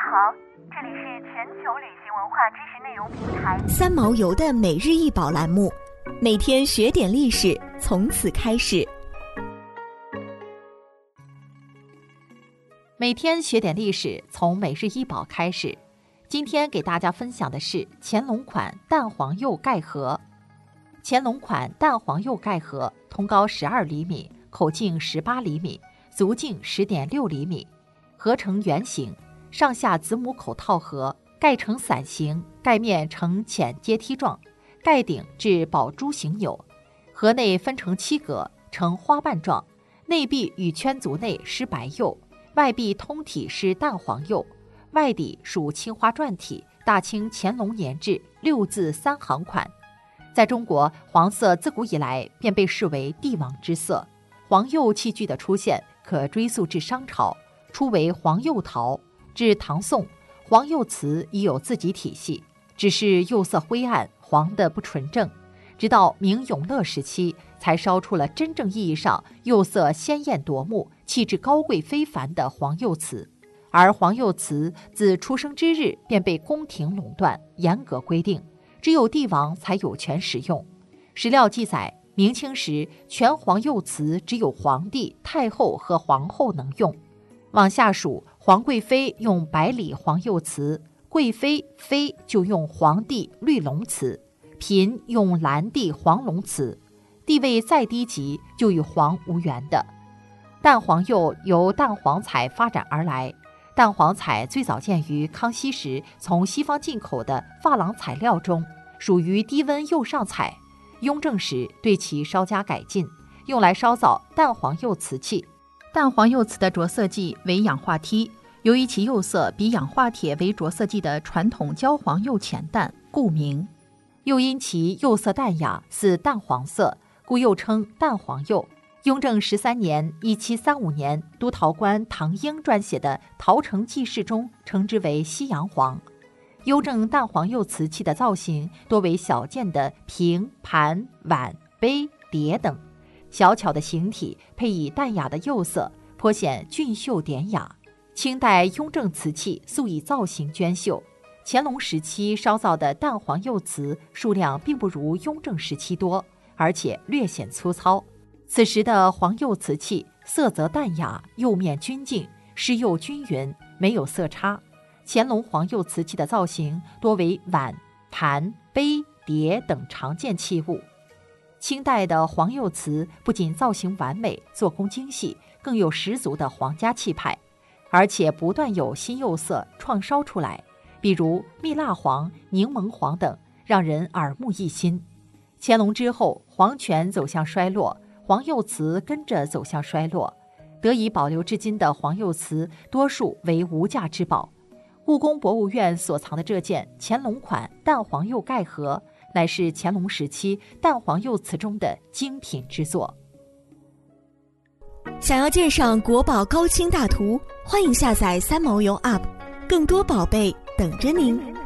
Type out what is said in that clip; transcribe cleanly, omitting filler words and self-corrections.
好，这里是全球旅行文化知识内容平台三毛游的每日一宝栏目，每天学点历史，从此开始。 每天学点历史，从每日一宝开始。今天给大家分享的是乾隆款蛋黄釉盖盒。乾隆款蛋黄釉盖盒通高12厘米，口径18厘米，足径10.6厘米，盒呈圆形，上下子母口套盒，盖呈伞形，盖面呈浅阶梯状，盖顶至宝珠形钮。盒内分成7格，呈花瓣状，内壁与圈足内施白釉，外壁通体施蛋黄釉，外底属青花篆体，大清乾隆年制6字3行款。在中国，黄色自古以来便被视为帝王之色。黄釉器具的出现可追溯至商朝，初为黄釉陶，至唐宋，黄釉瓷已有自己体系，只是釉色灰暗，黄的不纯正。直到明永乐时期，才烧出了真正意义上釉色鲜艳夺目、气质高贵非凡的黄釉瓷。而黄釉瓷自出生之日便被宫廷垄断，严格规定，只有帝王才有权使用。史料记载，明清时全黄釉瓷只有皇帝、太后和皇后能用。往下数，皇贵妃用白里黄釉瓷，贵妃妃就用黄地绿龙瓷，嫔用蓝地黄龙瓷，地位再低级就与黄无缘的。蛋黄釉由蛋黄彩发展而来，蛋黄彩最早见于康熙时从西方进口的珐琅材料中，属于低温釉上彩。雍正时对其稍加改进，用来烧造蛋黄釉瓷器。蛋黄釉瓷的着色剂为氧化锑，由于其釉色比氧化铁为着色剂的传统焦黄釉浅淡，故名。又因其釉色淡雅，似淡黄色，故又称蛋黄釉。雍正13年1735年，督陶官唐英撰写的《陶成记事》中称之为西洋黄。雍正蛋黄釉瓷器的造型多为小件的瓶、盘、碗、杯、碟等，小巧的形体配以淡雅的釉色，颇显俊秀典雅。清代雍正瓷器素以造型娟秀，乾隆时期烧造的蛋黄釉瓷数量并不如雍正时期多，而且略显粗糙。此时的黄釉瓷器色泽淡雅，釉面均净，施釉均匀，没有色差。乾隆黄釉瓷器的造型多为碗、盘、杯、碟等常见器物。清代的黄釉瓷不仅造型完美，做工精细，更有十足的皇家气派，而且不断有新釉色创烧出来，比如蜜蜡黄、柠檬黄等，让人耳目一新。乾隆之后，皇权走向衰落，黄釉瓷跟着走向衰落，得以保留至今的黄釉瓷多数为无价之宝。故宫博物院所藏的这件乾隆款蛋黄釉盖盒，乃是乾隆时期蛋黄釉瓷中的精品之作。 想要鉴赏国宝高清大图，欢迎下载三毛游 App， 更多宝贝等着您。